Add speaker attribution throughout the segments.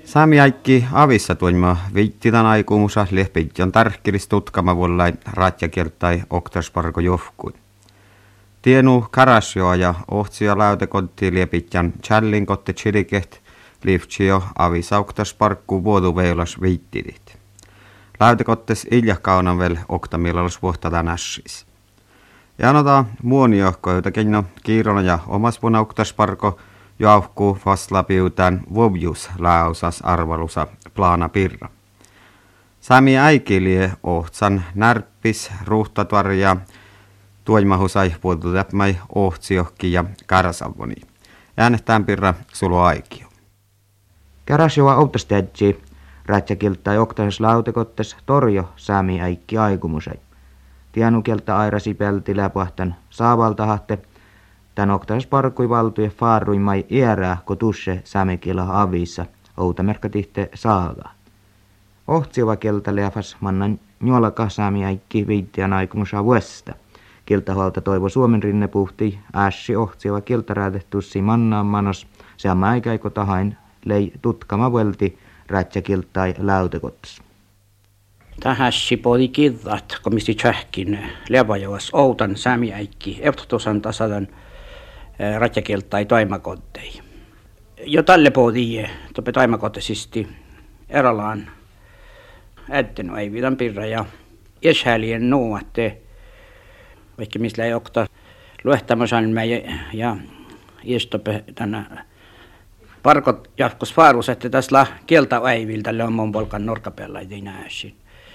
Speaker 1: Saamiaikki avissa tuoima viittitan aikuumusa lehpitjon tarkkiris tutkama vuollain ratjakiertai oktasparko johkuin. Tienu karasjoa ja ohtsia lautekontti liepitjan challin kotte chilikeht liivtsio avissa oktasparkku vuoduveilas viittidit. Lautekottes iljahkaunan vel oktamilalos vuohtada nassis. Ja anota muoniohko, jota kenno kiirona ja omas vuonna oktasparko jauhkuu vastlapiutaan vobjus lausas arvalusa plana pirra. Sami äikilie ohtsan närppis ruhtatvarja tuoimahusai puotutäpmäi ohtsiohki ja karasavoni. Äänestään pirra sulu aikio.
Speaker 2: Karasjoa outostädji rätsäkiltai oktasas lautekottes torjo sami äikki aikumusai. Tianukelta airasi pelti läpuahtan saavaltahahte. Tän oktasas parkui valtuje faaruimai iärää kotusse samekila avissa outamerkkatihte saaga. Ohtsiva kelta leafas mannan juolaka sami äikki viittian aikumusha vuesta. Kiltahuolta toivo Suomen rinne puhti ässi ohtsiva kiltaräätettussi mannaan manos seamma äikäiko tahain lei tutkama vuelti rätsäkiltai lautekottas.
Speaker 3: Tähässi podi kirrat, komissi tsähkin levajoas outan samiäikki, eftotosan tasadan rätsäkiltai taimakottei. Jo tälle podi tope taimakottesisti eralaan ätten ei vidan pirra ja ieshälien nuotte, vaikka missä ei okta luehtamosan ja istope tänä parkot jahkos faarus, että tässä kieltä äivillä tälle on mun polkan norkapella ei nääsin.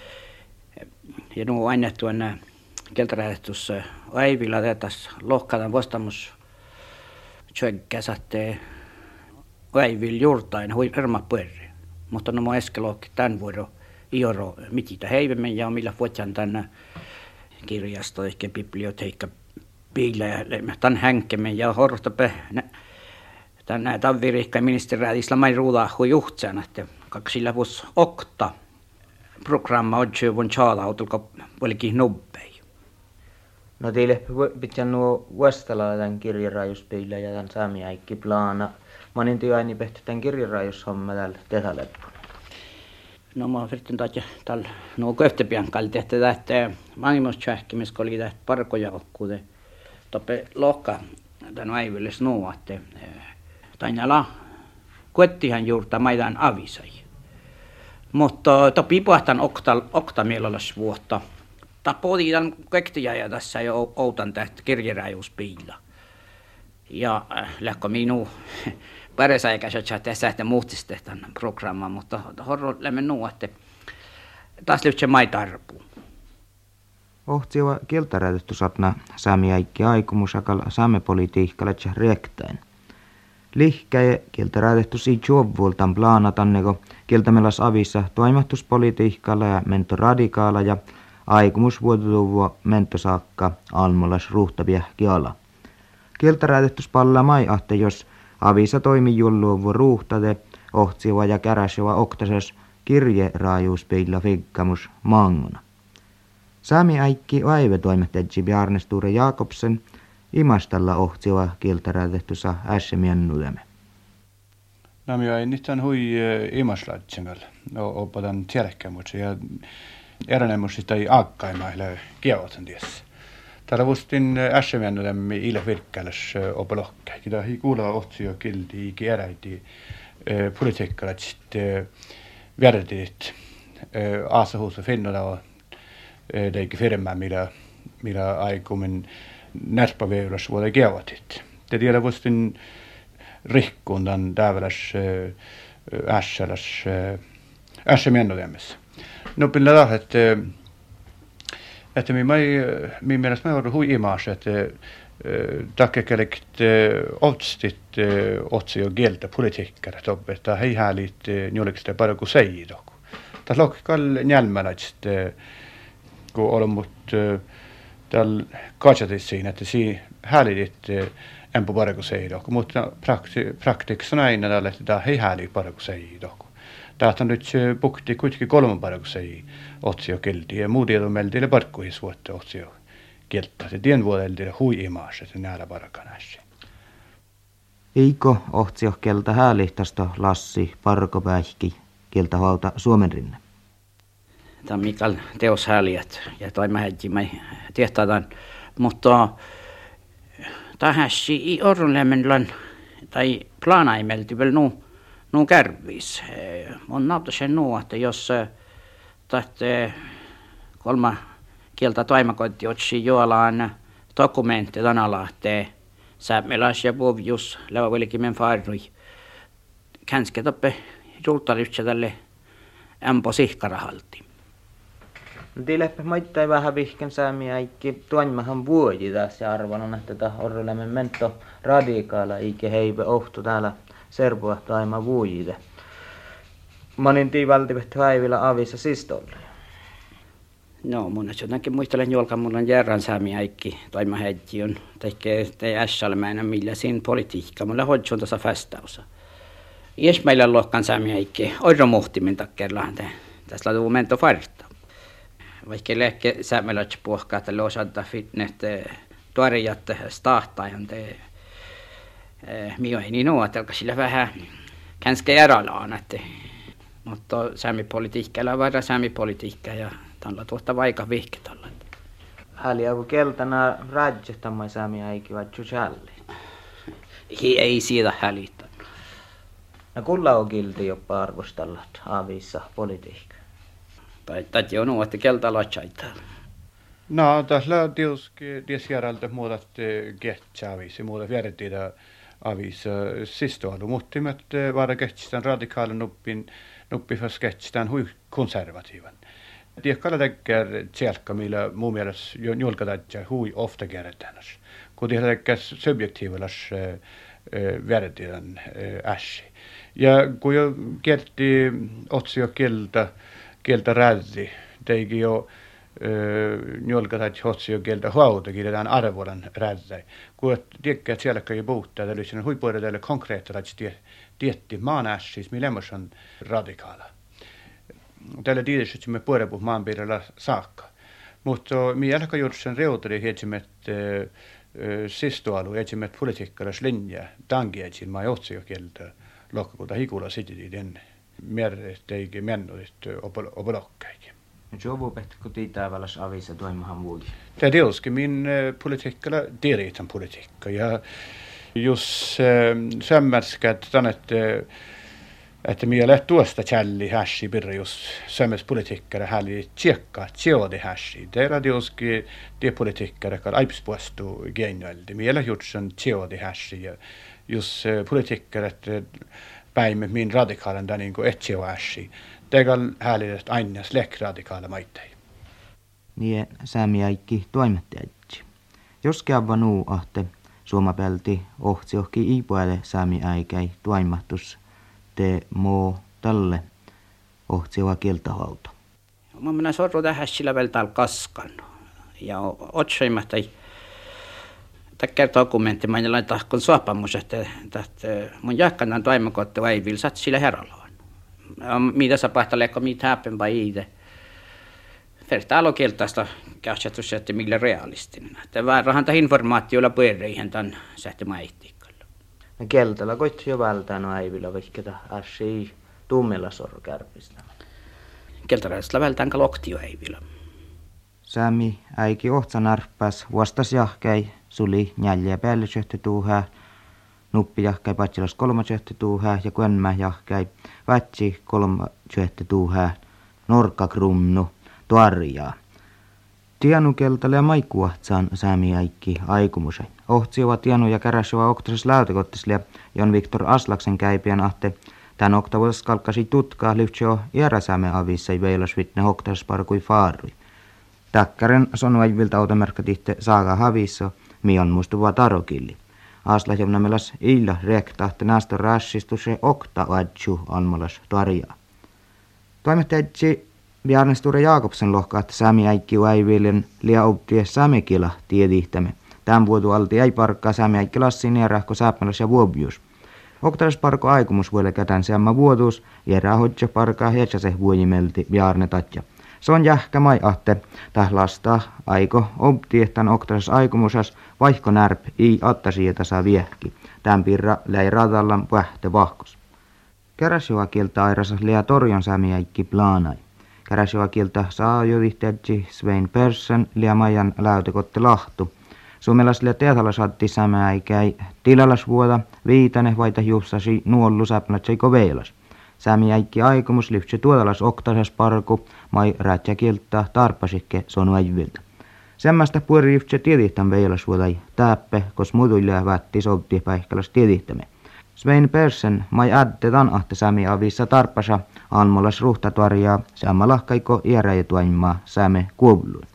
Speaker 3: Ja nuo ainettu on kieltärähdettus äivillä tässä lohkadan vastamus tjögkäsätte äivillä juurtain hui herma puerri. Mutta no mun eskelohki tämän vuoro ioro mititä heivemmin ja millä vuotjan tänne kirjasto ehkä biblioteikka piillä ja tämän hänkemen ja horrostape tänne tavvirikka ministeri islamai ruudahu juhtsana, että kaksilla vuosi okta programma on syövun chaalautulko olikin nobbei.
Speaker 2: No teille pitää nuo vuostalla tämän kirjaraajuspiillä ja tämän saamiaikki plana. Mä niin työni pehty tämän kirjarajushomma täällä tehdäleppuna.
Speaker 3: No mä yritin tällä nuo köftepiankalla tehtä että maailmassa tsähkimissä oli tähtä parkoja okkuute. Toppe lohka tämän aivilles nuo, että tainala kuettihan juurta maidan avisai. Mutta topi puhtaan oktamielalas vuotta. Tapodi tämän kektiä tässä jo outan tähtä kirjarajuspiilla. Ja lähkö minun päresäikäisessä tässä, että muhtisi tämän programman, mutta horro lämmen nuo, että taas lyhtsä maita arpuu.
Speaker 2: Ohtsiva kieltäräytetty satna saamiaikki aikumusakal saamepolitiikkalla rektain. Lihkäjä kieltäräytetty si juovultan plaanatanneko kieltämelas avissa toimattuspolitiikkalla ja mento radikaala ja aikumusvuotutuvuo mento saakka almolas ruhtavia kiala. Kieltäräytetty palla mai ahte jos avissa toimi julluuvu ruuhtade ohtsiva ja käräsjova oktasas kirjeraajuuspeilla fikkamus mangona. Sami äikki aive toimittaji Bjarne Sture Jakobsen imastalla ohtsiva kieltäräytettyssä ässemiannudemme.
Speaker 4: Nämä ei nyt hui imaslaitsengal opadan tiedäkkämutsi ja eränemuksista ei akkaimaille kievotan tiessä. Täällä vuostin ässemiannudemme ille virkkäläs opalohkää. Kita ei kuulla ohtsio kilti kieräiti politiikkalat sitten värtit aasahuussa finnoilla teikin firmaa, millä aikumin närspäveuras vuoden kievatit. Te tiedä vuostin rikkundan täväläs ässemiannudemmessa. No pillä että min mielestä mä oon hui imas, että takkekelekt otstit otsio kieltä politiikkara toppe, että hei häälit njolekste bara kuin seidoku. Tässä logiikalla njälmänätsit, kun olemme täällä katsotis siinä, että siinä häälit enpä bara kuin seidoku, mutta praktiikassa näin tällä, että tämä hei häälit bara kuin seidoku. Täältä on nyt pukti kuitenkin 3 bara kuin sei otsio kieltä ja muu tieto meillä teille parkkuis vuotta otsio kieltä. Se tien vuodella teille hui imas, että näillä bara kanässä.
Speaker 2: Eiko ohtsio kelta häälihtästä Lassi Parkopäihki kelta hauta Suomen rinne.
Speaker 3: Tämä on Mikael teoshäälijät ja toima hedji mä tiehtaan, mutta tähäsi ei orrunlämmönlän tai planaimelti vielä nuu kärvis. On näyttää sen että jos tahte kolma kieltä toimakoitti otsi joalaan dokumentti tanalahteen säämeläs ja puovjus levavelikimen farnui känske toppe jultaliutsa tälle ämpo sihkarahalti.
Speaker 2: Tiileppä maittain vähän vihken saamia ikki tuonmahan vuoji tässä arvon, että tämä orrolämmen mento radikaala eikä heive ohtu täällä serpua taima vuojide. Monin tiivaltivet haivilla avissa sistolle.
Speaker 3: No, mun jotenkin muistelen jolka mulla on järran saamia ikki toima hedji on tei ässalmäänä millä siinä politiikka. Mulla hodjon tuossa fästausa. Jos meillä luokkaan saamia ikki oiro muhtimin takkerlaan tässä laatu mento farta. Vaikka lehke säämelöt puhkaa, että losanta fitnet tuorijat stahtajan te mioihin niin nuotelka sillä vähän känske eralaan, että mutta saamipolitiikka varra saamipolitiikka ja tällä tuosta vaikka vihke tällä.
Speaker 2: Häliä kun keltana rajjehtamai saamia eikä vaikka challi.
Speaker 3: Ei siitä hälitä.
Speaker 2: No kulla on kilti jopa arvostella avissa politiikka.
Speaker 3: Tai on että kelta latsaita.
Speaker 4: No, tässä tietysti järjeltä muutat getsäavisi, muutat värtitä avissa sistoalu, mutta vara getsitään radikaalin nuppi fast getsitään hui konservatiivan. Tiedätkö tekee tselkka, millä mun mielestä julkataan hui ofta kertaan, kun tiedätkö subjektiivilas värtidän äsi. Ja kun jo kerti otsio kieltä räddi, teikin jo njolkataan otsio kieltä huautakin, tämän arvoran räddi. Kun tiedätkö tselkka jo puhuttaa, eli siinä huipuudella tälle konkreettisesti tietti maan äsis, millä on radikaala. Tällä tiedätkö, että me puhutaan maanpiirillä saakka. Mutta me jälkeen juuri sen reutari, että sistoalu, että politiikkaras linja, tankia, että mä otsio kieltä lokkakulta hikulla sitten den merret eikä mennyt opolokkäikin.
Speaker 2: Nyt jovupet, kun tiitäväläs avissa toimahan vuoki.
Speaker 4: Tämä tietysti min politiikkalla tiedetään politiikka. Ja jos sämmäskät tänne, että minä lähti tuosta tjälli hässi pirra, jos sämmäs politiikkara häli tjekkaa tjoodi hässi. Tämä tietysti tie politiikkara, joka aipspuostu genialdi. Minä lähti jutsen tjoodi hässi. Ja jos politiikkaret päimme min radikaalan da niin kuin etsioäsi. Tegal häälidät aina släck radikaala maittai.
Speaker 2: Niin saamiaikki toimettajatsi. Jos kävä nuu ahte suomapelti ohtsiohki iipuelle saamiaikai toimahtus te moo tälle ohtsioa kieltähauta.
Speaker 3: Mä mennä sorru tähän sillä vielä täällä kaskan. Ja otsoimatta tämä kertoo dokumentti, mä en laita kun suopamus, että mun jakkanan toimakotte ei vil satt sillä herrallaan. Mitä sä pahtalee, kun mitä häppänpä itse. Verta alokieltaista käsittelyssä, että millä realistinen. Että väärähän tämä informaatiolla pyöreihin tämän sähtömaihtiikalla.
Speaker 2: No keltalla koit jo vältään aivilla, vaikka äsi tummilla sorkärpistä.
Speaker 3: Keltalaisella vältään kaloktio aivilla.
Speaker 2: Sami äiki ohtsan arppas vastas jahkäi, suli njäljiä päälle syöhtötuuhää, nuppi jahkäi patsilas 3 syöhtötuuhää ja könmä jahkäi vatsi 3 syöhtötuuhää, norkakrumnu, tuarjaa. Tianukeltalle ja maikkuahtsaan Sami äikki aikumusai. Ohtsiova tianu ja käräsjova oktasessa läytäkottislia, jon Viktor Aslaksen käipiän ahte, tän oktavuotas kalkkasi tutkaa lyhtsio iäräsääme avissa ei veilas vitne oktasessa parkui faarui. Takkaren sonuaivilta automerkkatihte saaga havissa, mion muistuva tarokilli. Aslahjavnamelas illa rektahte näistä rassistuse okta adju anmalas tarjaa. Toimittajatsi Bjarne Sture Jakobsen lohkaat Sami äikki aivillen liauptie samekila tiedihtämme. Tämän vuotu alti ei parkkaa Sami äikki lassin ja rahko sääppäläs ja vuobius. Oktaras parko aikumus vuodelle kätän seamma vuotuus ja rahoitse parkaa heetsase vuojimelti Bjarne Tatja. Se on jähkä mai ahte, lastaa aiko obtiehtan oktasas aikomusas, vaikka närp ei attasieta saa viehki. Tämän pirra läi radallan pähte vahkos. Käräsjoakilta airasas lea torjon saamiaikki plaanai. Käräsjoakilta saa jo vihteätsi Svein Persson lea majan läytekotte lahtu. Suomalaisille teatalla saatti saamiaikäi tilalasvuoda viitane vaita jussasi nuollu säpnatseiko veilas. Saamiaikki aikomus lyhtsä tuotalas oktasas parku mai rätsäkilta tarppasikke sonu äiviltä. Semmästä puori lyhtsä tiedihtan veilasvuodai täppä, kos mutuille vätti sovti päihkäläs tiedihtämme. Svein Persson mai addetan ahte saami avissa tarppasa almolas ruhtatuarjaa samalla kaiko iäräjätuaimaa saame kuovluun.